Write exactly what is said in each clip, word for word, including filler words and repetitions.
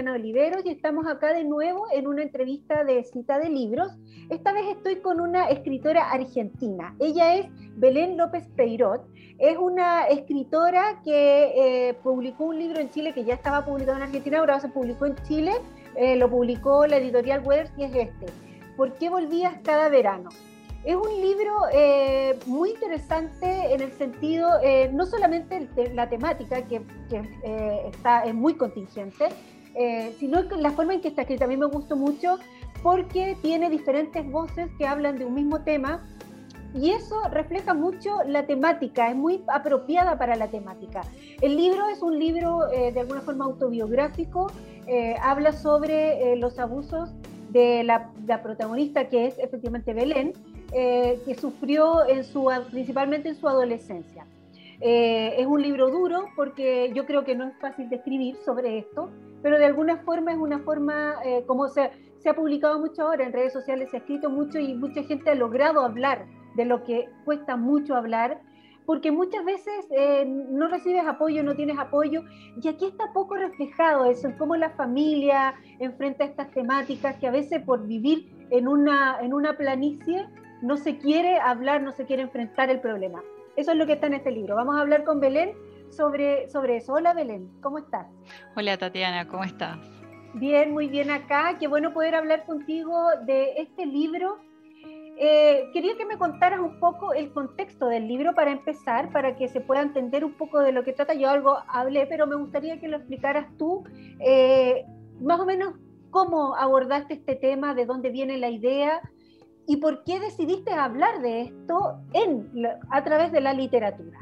Tatiana Oliveros y estamos acá de nuevo en una entrevista de Cita de Libros. Esta vez estoy con una escritora argentina. Ella es Belén López Peirot. Es una escritora que eh, publicó un libro en Chile que ya estaba publicado en Argentina, ahora se publicó en Chile, eh, lo publicó la editorial Weders y es este. ¿Por qué volvías cada verano? Es un libro eh, muy interesante en el sentido, eh, no solamente de la temática, que, que eh, está, es muy contingente, eh, sino la forma en que está escrita. A mí me gustó mucho porque tiene diferentes voces que hablan de un mismo tema y eso refleja mucho la temática, es muy apropiada para la temática. El libro es un libro eh, de alguna forma autobiográfico, eh, habla sobre eh, los abusos de la, la protagonista, que es efectivamente Belén, Eh, que sufrió en su, principalmente en su adolescencia. Eh, es un libro duro porque yo creo que no es fácil de escribir sobre esto, pero de alguna forma es una forma, eh, como se, se ha publicado mucho ahora en redes sociales, se ha escrito mucho y mucha gente ha logrado hablar de lo que cuesta mucho hablar, porque muchas veces eh, no recibes apoyo, no tienes apoyo, y aquí está poco reflejado eso, en cómo la familia enfrenta estas temáticas que a veces por vivir en una, en una planicie no se quiere hablar, no se quiere enfrentar el problema. Eso es lo que está en este libro. Vamos a hablar con Belén sobre, sobre eso. Hola Belén, ¿cómo estás? Hola Tatiana, ¿cómo estás? Bien, muy bien acá. Qué bueno poder hablar contigo de este libro. Eh, quería que me contaras un poco el contexto del libro para empezar, para que se pueda entender un poco de lo que trata. Yo algo hablé, pero me gustaría que lo explicaras tú, eh, más o menos cómo abordaste este tema, de dónde viene la idea, ¿y por qué decidiste hablar de esto en, a través de la literatura?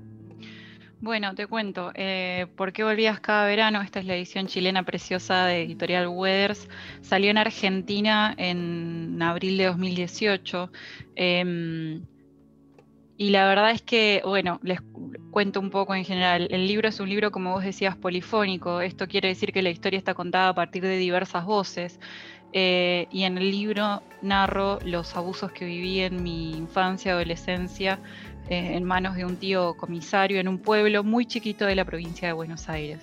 Bueno, te cuento, eh, ¿por qué volvías cada verano? Esta es la edición chilena preciosa de Editorial Weders. Salió en Argentina en abril de dos mil dieciocho. Eh, y la verdad es que, bueno, les cuento un poco en general. El libro es un libro, como vos decías, polifónico. Esto quiere decir que la historia está contada a partir de diversas voces. Eh, y en el libro narro los abusos que viví en mi infancia, adolescencia, eh, en manos de un tío comisario en un pueblo muy chiquito de la provincia de Buenos Aires.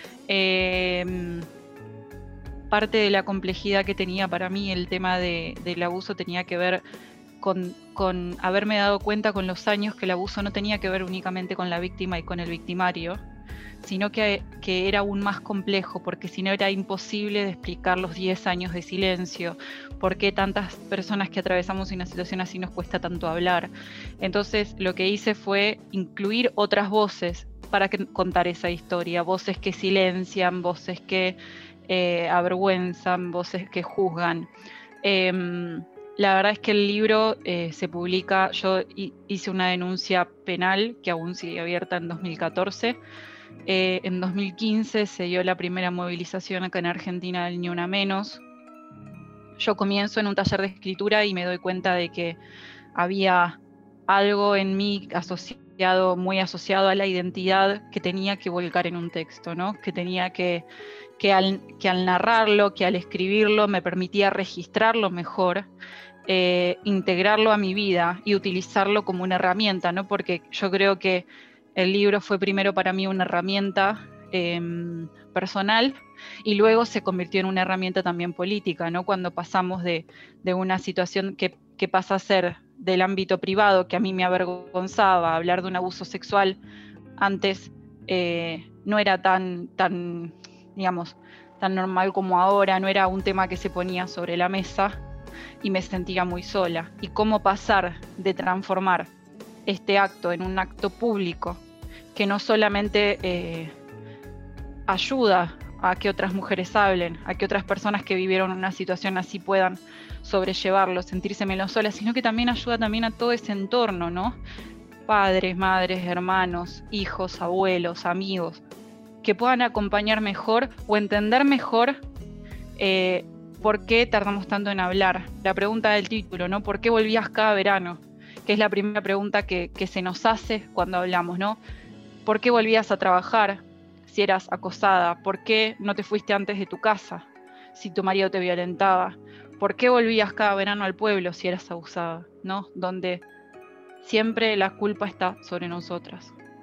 Eh, parte de la complejidad que tenía para mí el tema de, del abuso tenía que ver con, con haberme dado cuenta con los años que el abuso no tenía que ver únicamente con la víctima y con el victimario, sino que, que era aún más complejo, porque si no era imposible de explicar los diez años de silencio, por qué tantas personas que atravesamos una situación así nos cuesta tanto hablar. Entonces lo que hice fue incluir otras voces para que, contar esa historia, voces que silencian, voces que eh, avergüenzan, voces que juzgan. Eh, La verdad es que el libro eh, se publica, yo hice una denuncia penal que aún sigue abierta en dos mil catorce. Eh, en dos mil quince se dio la primera movilización acá en Argentina del Ni Una Menos. Yo comienzo en un taller de escritura y me doy cuenta de que había algo en mí asociado, muy asociado a la identidad que tenía que volcar en un texto, ¿no? Que tenía que, que, al, que al narrarlo, que al escribirlo me permitía registrarlo mejor, eh, integrarlo a mi vida y utilizarlo como una herramienta, ¿no? Porque yo creo que el libro fue primero para mí una herramienta eh, personal y luego se convirtió en una herramienta también política, ¿no? Cuando pasamos de, de una situación que, que pasa a ser del ámbito privado, que a mí me avergonzaba, hablar de un abuso sexual, antes eh, no era tan, tan, digamos, tan normal como ahora, no era un tema que se ponía sobre la mesa y me sentía muy sola. Y cómo pasar de transformar este acto en un acto público que no solamente eh, ayuda a que otras mujeres hablen, a que otras personas que vivieron una situación así puedan sobrellevarlo, sentirse menos solas, sino que también ayuda también a todo ese entorno, ¿no? Padres, madres, hermanos, hijos, abuelos, amigos, que puedan acompañar mejor o entender mejor eh, por qué tardamos tanto en hablar. La pregunta del título, ¿no? ¿Por qué volvías cada verano? Que es la primera pregunta que, que se nos hace cuando hablamos, ¿no? ¿Por qué volvías a trabajar si eras acosada? ¿Por qué no te fuiste antes de tu casa si tu marido te violentaba? ¿Por qué volvías cada verano al pueblo si eras abusada? ¿No? Donde siempre la culpa está sobre nosotras.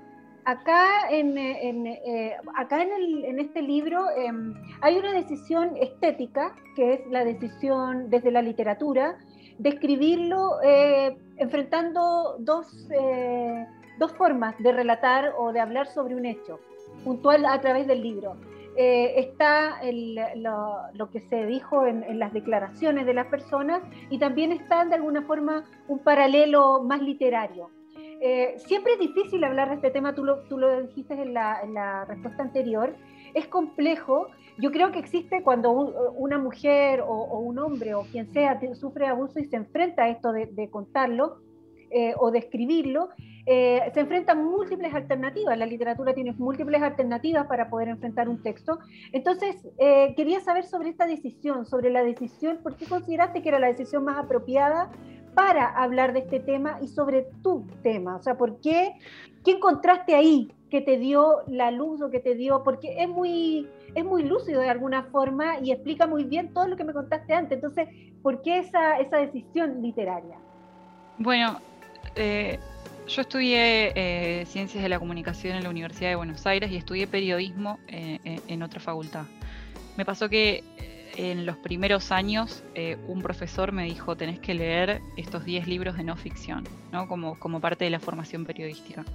Acá en, en, eh, acá en, el, en este libro eh, hay una decisión estética, que es la decisión desde la literatura, de escribirlo eh, enfrentando dos, eh, dos formas de relatar o de hablar sobre un hecho puntual a través del libro. Eh, está el, lo, lo, que se dijo en, en las declaraciones de las personas y también está de alguna forma un paralelo más literario. Eh, siempre es difícil hablar de este tema, tú lo, tú lo dijiste en la, en la respuesta anterior, es complejo. Yo creo que existe cuando un, una mujer o, o un hombre o quien sea sufre abuso y se enfrenta a esto de, de contarlo eh, o de escribirlo, eh, se enfrentan múltiples alternativas. La literatura tiene múltiples alternativas para poder enfrentar un texto. Entonces, eh, quería saber sobre esta decisión, sobre la decisión, ¿por qué consideraste que era la decisión más apropiada para hablar de este tema y sobre tu tema? O sea, ¿por qué? ¿Qué encontraste ahí que te dio la luz o que te dio? Porque es muy, es muy lúcido de alguna forma y explica muy bien todo lo que me contaste antes. Entonces, ¿por qué esa, esa decisión literaria? Bueno, eh, yo estudié eh, Ciencias de la Comunicación en la Universidad de Buenos Aires y estudié periodismo eh, en otra facultad. Me pasó que en los primeros años eh, un profesor me dijo: tenés que leer estos diez libros de no ficción, ¿no? Como, como parte de la formación periodística.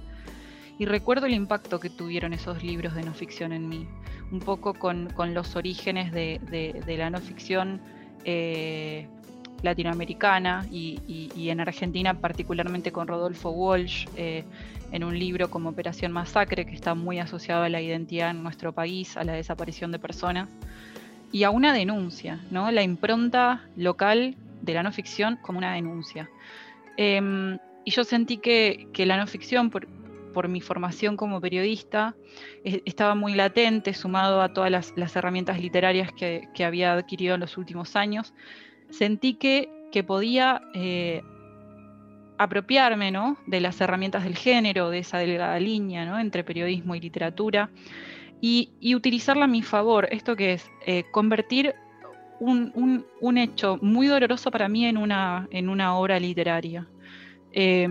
Y recuerdo el impacto que tuvieron esos libros de no ficción en mí, un poco con, con los orígenes de, de, de la no ficción eh, latinoamericana y, y, y en Argentina particularmente con Rodolfo Walsh, eh, en un libro como Operación Masacre, que está muy asociado a la identidad en nuestro país, a la desaparición de personas, y a una denuncia, ¿no? La impronta local de la no ficción como una denuncia. Eh, y yo sentí que, que la no ficción, por, por mi formación como periodista, eh, estaba muy latente, sumado a todas las, las herramientas literarias que, que había adquirido en los últimos años. Sentí que, que podía eh, apropiarme, ¿no?, de las herramientas del género, de esa delgada línea, ¿no?, entre periodismo y literatura, y, y utilizarla a mi favor. Esto que es eh, convertir un, un, un hecho muy doloroso para mí en una, en una obra literaria. Eh,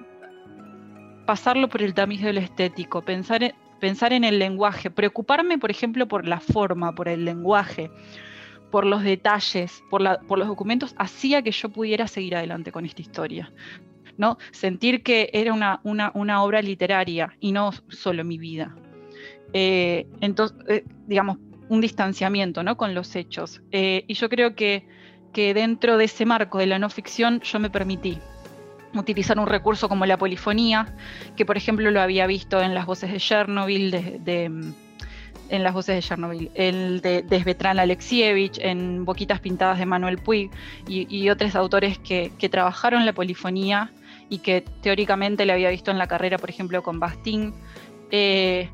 pasarlo por el tamiz del estético, pensar en, pensar en el lenguaje, preocuparme, por ejemplo, por la forma, por el lenguaje, por los detalles, por, la, por los documentos, hacía que yo pudiera seguir adelante con esta historia, ¿no? Sentir que era una, una, una obra literaria y no solo mi vida. Eh, entonces, eh, digamos, un distanciamiento, ¿no?, con los hechos. Eh, y yo creo que, que dentro de ese marco de la no ficción yo me permití utilizar un recurso como la polifonía, que por ejemplo lo había visto en Las voces de Chernobyl, de, de, en Las voces de Chernobyl, el de, de Svetlana Alexievich, en Boquitas pintadas de Manuel Puig, y, y otros autores que, que trabajaron la polifonía y que teóricamente la había visto en la carrera, por ejemplo, con Bastín. Eh,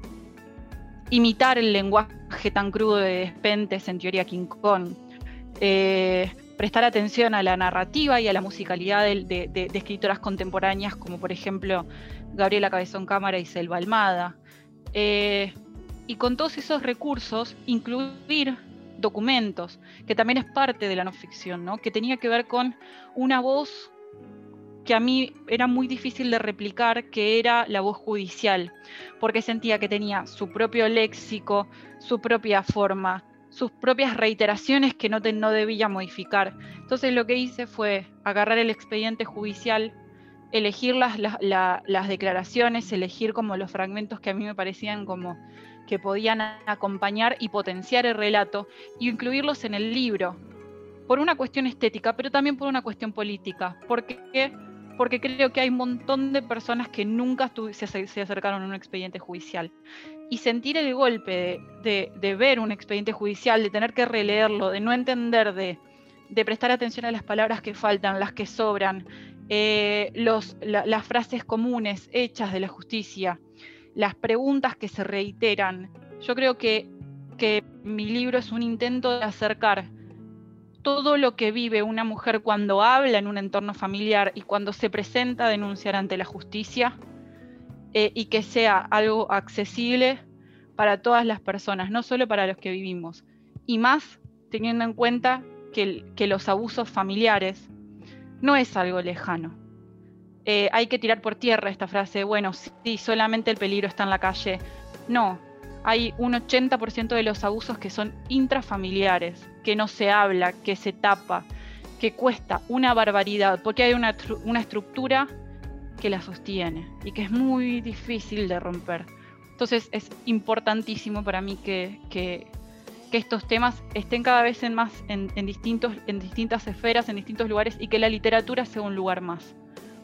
imitar el lenguaje tan crudo de Despentes en Teoría King Kong, eh, prestar atención a la narrativa y a la musicalidad de, de, de, de escritoras contemporáneas como por ejemplo Gabriela Cabezón Cámara y Selva Almada, eh, y con todos esos recursos incluir documentos, que también es parte de la no ficción, ¿no?, que tenía que ver con una voz que a mí era muy difícil de replicar, que era la voz judicial, porque sentía que tenía su propio léxico, su propia forma, sus propias reiteraciones que no, te, no debía modificar. Entonces lo que hice fue agarrar el expediente judicial, elegir las, las, la, las declaraciones, elegir como los fragmentos que a mí me parecían como que podían acompañar y potenciar el relato, y incluirlos en el libro, por una cuestión estética, pero también por una cuestión política, porque... porque creo que hay un montón de personas que nunca se, se acercaron a un expediente judicial. Y sentir el golpe de, de, de ver un expediente judicial, de tener que releerlo, de no entender, de, de prestar atención a las palabras que faltan, las que sobran, eh, los, la, las frases comunes hechas de la justicia, las preguntas que se reiteran. Yo creo que, que mi libro es un intento de acercar todo lo que vive una mujer cuando habla en un entorno familiar y cuando se presenta a denunciar ante la justicia, eh, y que sea algo accesible para todas las personas, no solo para los que vivimos, y más teniendo en cuenta que, que los abusos familiares no es algo lejano. eh, hay que tirar por tierra esta frase, bueno, sí, solamente el peligro está en la calle. No, hay un ochenta por ciento de los abusos que son intrafamiliares, que no se habla, que se tapa, que cuesta una barbaridad, porque hay una, una estructura que la sostiene y que es muy difícil de romper. Entonces es importantísimo para mí que, que, que estos temas estén cada vez en, más en, en, distintos, en distintas esferas, en distintos lugares, y que la literatura sea un lugar más.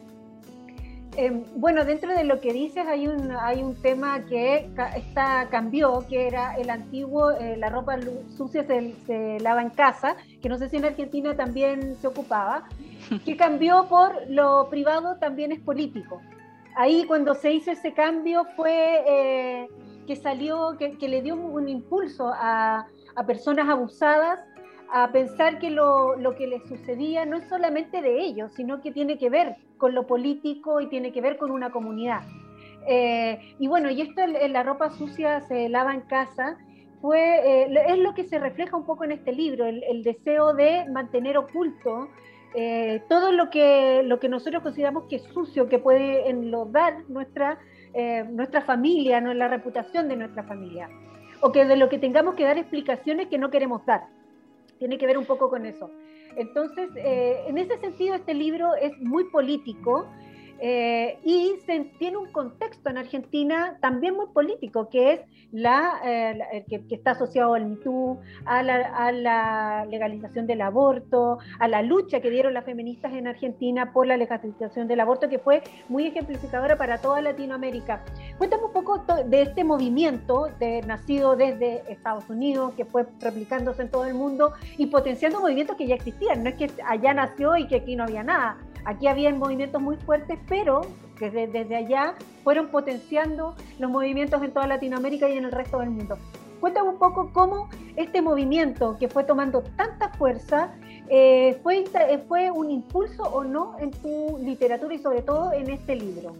Eh, bueno, dentro de lo que dices hay un, hay un tema que está, cambió, que era el antiguo, eh, la ropa sucia se, se lava en casa, que no sé si en Argentina también se ocupaba, que cambió por lo privado también es político. Ahí cuando se hizo ese cambio fue eh, que salió, que, que le dio un impulso a, a personas abusadas a pensar que lo, lo que les sucedía no es solamente de ellos, sino que tiene que ver con lo político y tiene que ver con una comunidad. Eh, y bueno, y esto en la ropa sucia se lava en casa, fue, eh, es lo que se refleja un poco en este libro, el, el deseo de mantener oculto eh, todo lo que, lo que nosotros consideramos que es sucio, que puede enlodar nuestra, eh, nuestra familia, ¿no? La reputación de nuestra familia, o que de lo que tengamos que dar explicaciones que no queremos dar. Tiene que ver un poco con eso. Entonces, eh, en ese sentido, este libro es muy político eh, y se, tiene un contexto en Argentina también muy político, que es la, eh, la que, que está asociado al Me Too, a la, a la legalización del aborto, a la lucha que dieron las feministas en Argentina por la legalización del aborto, que fue muy ejemplificadora para toda Latinoamérica. Cuéntame un poco de este movimiento de, nacido desde Estados Unidos, que fue replicándose en todo el mundo y potenciando movimientos que ya existían. No es que allá nació y que aquí no había nada. Aquí había movimientos muy fuertes, pero que desde, desde allá fueron potenciando los movimientos en toda Latinoamérica y en el resto del mundo. Cuéntame un poco cómo este movimiento que fue tomando tanta fuerza eh, fue, fue un impulso o no en tu literatura y sobre todo en este libro.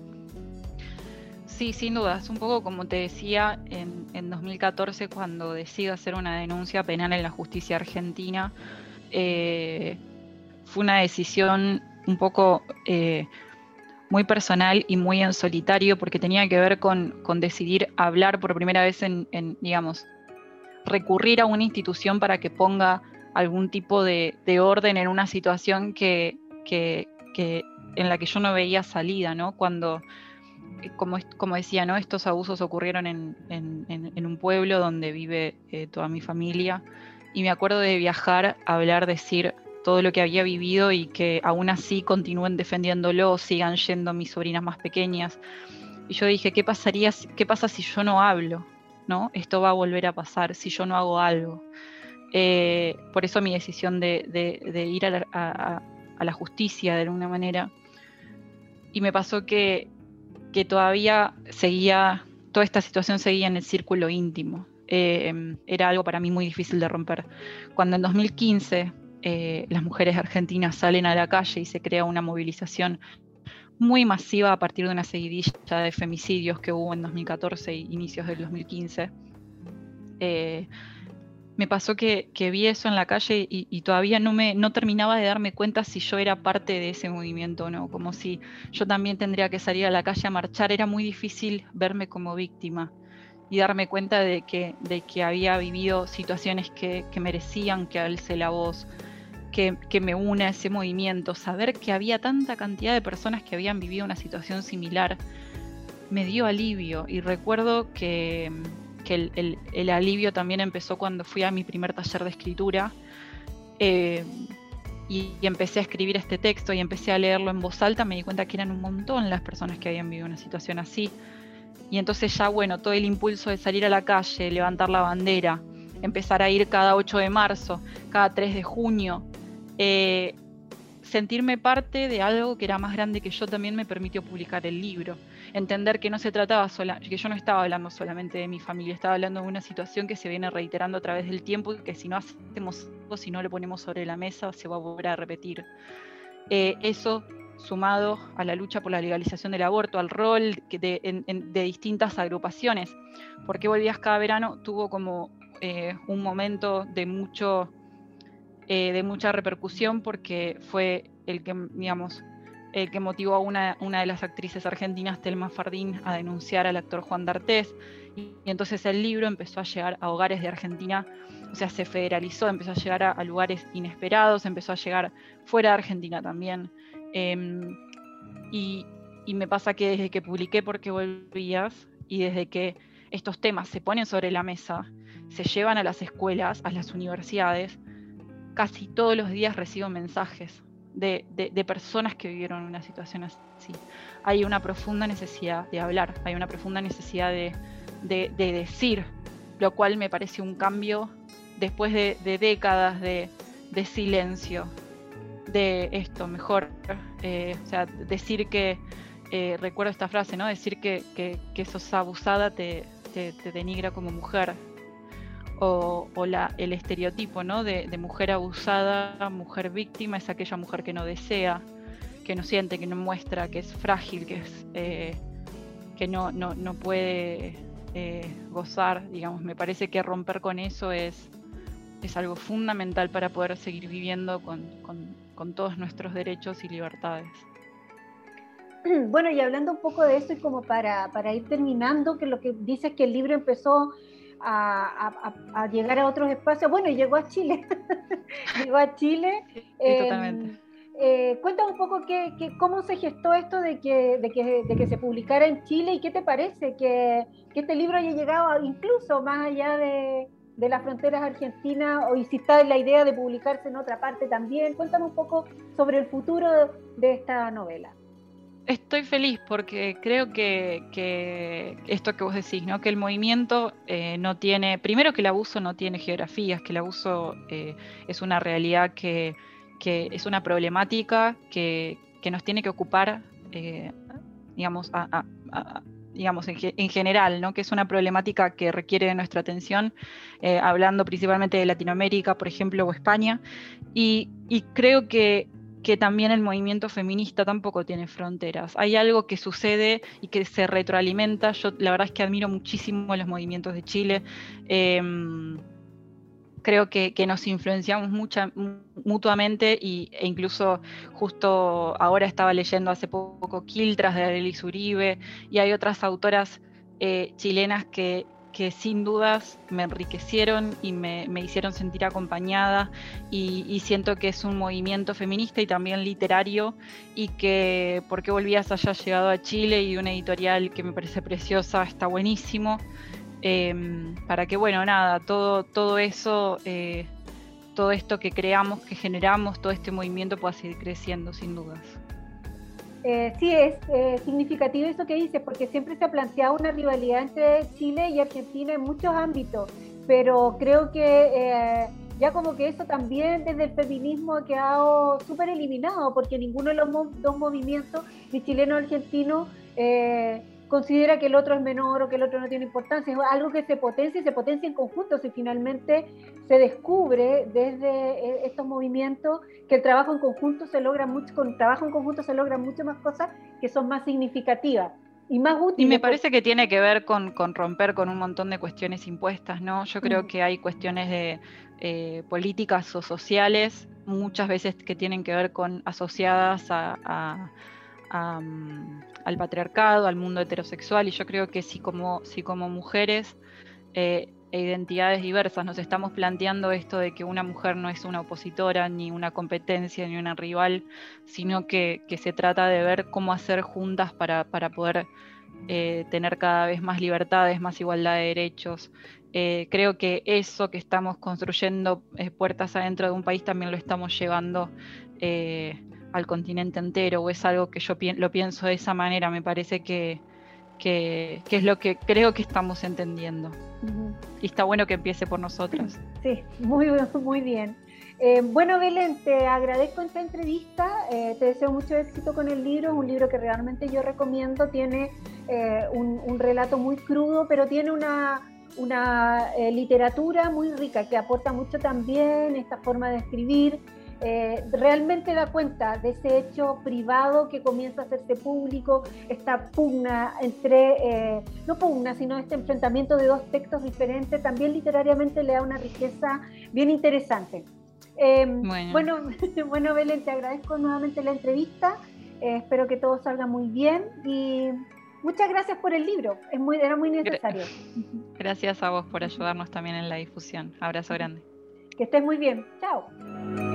Sí, sin dudas. Un poco como te decía, en, en dos mil catorce, cuando decido hacer una denuncia penal en la justicia argentina, eh, fue una decisión un poco eh, muy personal y muy en solitario, porque tenía que ver con, con decidir hablar por primera vez en, en, digamos, recurrir a una institución para que ponga algún tipo de, de orden en una situación que, que, que, en la que yo no veía salida, ¿no? Cuando, como, como decía, ¿no? Estos abusos ocurrieron en, en, en un pueblo donde vive eh, toda mi familia, y me acuerdo de viajar, hablar, decir todo lo que había vivido y que aún así continúen defendiéndolo, sigan yendo mis sobrinas más pequeñas. Y yo dije, ¿qué pasaría, qué pasa si yo no hablo? ¿No? Esto va a volver a pasar si yo no hago algo. Eh, por eso mi decisión de, de, de ir a la, a, a la justicia de alguna manera. Y me pasó que, que todavía seguía, toda esta situación seguía en el círculo íntimo. Eh, era algo para mí muy difícil de romper. Cuando en dos mil quince eh, las mujeres argentinas salen a la calle y se crea una movilización muy masiva a partir de una seguidilla de femicidios que hubo en dos mil catorce e inicios del dos mil quince, eh, me pasó que, que vi eso en la calle y, y todavía no, me, no terminaba de darme cuenta si yo era parte de ese movimiento o no, como si yo también tendría que salir a la calle a marchar. Era muy difícil verme como víctima y darme cuenta de que, de que había vivido situaciones que, que merecían que alce la voz, que, que me une a ese movimiento. Saber que había tanta cantidad de personas que habían vivido una situación similar me dio alivio, y recuerdo que, que el, el, el alivio también empezó cuando fui a mi primer taller de escritura eh, y, y empecé a escribir este texto y empecé a leerlo en voz alta. Me di cuenta que eran un montón las personas que habían vivido una situación así, y entonces ya, bueno, todo el impulso de salir a la calle, levantar la bandera, empezar a ir cada ocho de marzo, cada tres de junio, eh, sentirme parte de algo que era más grande que yo, también me permitió publicar el libro. Entender que no se trataba sola, que yo no estaba hablando solamente de mi familia, estaba hablando de una situación que se viene reiterando a través del tiempo y que si no hacemos algo, si no lo ponemos sobre la mesa, se va a volver a repetir. Eh, eso sumado a la lucha por la legalización del aborto, al rol de, en, en, de distintas agrupaciones. ¿Por qué volvías cada verano? Tuvo como eh, un momento de mucho... Eh, de mucha repercusión, porque fue el que, digamos, eh, que motivó a una, una de las actrices argentinas, Thelma Fardín, a denunciar al actor Juan D'Artés, y, y entonces el libro empezó a llegar a hogares de Argentina, o sea, se federalizó, empezó a llegar a, a lugares inesperados, empezó a llegar fuera de Argentina también. Eh, y, y me pasa que desde que publiqué Porque volvías, y desde que estos temas se ponen sobre la mesa, se llevan a las escuelas, a las universidades, casi todos los días recibo mensajes de, de, de personas que vivieron una situación así. Hay una profunda necesidad de hablar, hay una profunda necesidad de, de, de decir, lo cual me parece un cambio después de, de décadas de, de silencio, de esto, mejor, eh, o sea, decir que, eh, recuerdo esta frase, ¿no? Decir que, que, que sos abusada te, te, te denigra como mujer. O, o la, el estereotipo, ¿no? de, de mujer abusada, mujer víctima, es aquella mujer que no desea, que no siente, que no muestra, que es frágil, que, es, eh, que no, no, no puede eh, gozar, digamos. Me parece que romper con eso es, es algo fundamental para poder seguir viviendo con, con, con todos nuestros derechos y libertades. Bueno, y hablando un poco de eso y como para, para ir terminando, que lo que dices es que el libro empezó A, a, a llegar a otros espacios. Bueno, y llegó a Chile. Llegó a Chile. Sí, eh, totalmente. Eh, cuéntame un poco qué, qué, cómo se gestó esto de que, de, que, de que se publicara en Chile y qué te parece que, que este libro haya llegado a, incluso más allá de, de las fronteras argentinas, o si está en la idea de publicarse en otra parte también. Cuéntame un poco sobre el futuro de, de esta novela. Estoy feliz porque creo que, que esto que vos decís, ¿no? Que el movimiento eh, no tiene, primero que el abuso no tiene geografías, que el abuso eh, es una realidad que, que es una problemática que, que nos tiene que ocupar, eh, digamos, a, a, a, digamos en, en general, ¿no? Que es una problemática que requiere de nuestra atención, eh, hablando principalmente de Latinoamérica, por ejemplo, o España, y, y creo que que también el movimiento feminista tampoco tiene fronteras. Hay algo que sucede y que se retroalimenta. Yo la verdad es que admiro muchísimo los movimientos de Chile. Eh, creo que, que nos influenciamos mucha, mutuamente y, e incluso justo ahora estaba leyendo hace poco Quiltras de Arelis Uribe, y hay otras autoras eh, chilenas que que sin dudas me enriquecieron y me, me hicieron sentir acompañada, y, y siento que es un movimiento feminista y también literario, y que Porque volvías haya llegado a Chile, y una editorial que me parece preciosa, está buenísimo, eh, para que, bueno, nada, todo, todo eso, eh, todo esto que creamos, que generamos, todo este movimiento pueda seguir creciendo, sin dudas. Eh, sí, es eh, significativo eso que dices, porque siempre se ha planteado una rivalidad entre Chile y Argentina en muchos ámbitos, pero creo que eh, ya como que eso también desde el feminismo ha quedado súper eliminado, porque ninguno de los mo dos movimientos, ni chileno ni argentino, eh, considera que el otro es menor o que el otro no tiene importancia. Es algo que se potencia y se potencia en conjunto, si finalmente se descubre desde estos movimientos que el trabajo en conjunto se logra mucho, con trabajo en conjunto se logran muchas más cosas que son más significativas y más útiles. Y me parece que tiene que ver con, con romper con un montón de cuestiones impuestas, ¿no? Yo creo que hay cuestiones de eh, políticas o sociales, muchas veces que tienen que ver con asociadas a, a Um, al patriarcado, al mundo heterosexual, y yo creo que si como, si como mujeres eh, e identidades diversas nos estamos planteando esto de que una mujer no es una opositora, ni una competencia, ni una rival, sino que, que se trata de ver cómo hacer juntas para, para poder eh, tener cada vez más libertades, más igualdad de derechos. Eh, creo que eso que estamos construyendo eh, puertas adentro de un país también lo estamos llevando eh, al continente entero, o es algo que yo pi lo pienso de esa manera. Me parece que, que, que es lo que creo que estamos entendiendo. Uh-huh. Y está bueno que empiece por nosotras. Sí, muy, muy bien. Eh, bueno, Belén, te agradezco esta entrevista, eh, te deseo mucho éxito con el libro, es un libro que realmente yo recomiendo, tiene eh, un, un relato muy crudo, pero tiene una, una eh, literatura muy rica que aporta mucho también esta forma de escribir. Eh, realmente da cuenta de ese hecho privado que comienza a hacerse público, esta pugna entre, eh, no pugna, sino este enfrentamiento de dos textos diferentes, también literariamente le da una riqueza bien interesante. Eh, bueno. Bueno, bueno, Belén, te agradezco nuevamente la entrevista. Eh, espero que todo salga muy bien y muchas gracias por el libro, es muy, era muy necesario. Gracias a vos por ayudarnos también en la difusión. Abrazo grande. Que estés muy bien. Chao.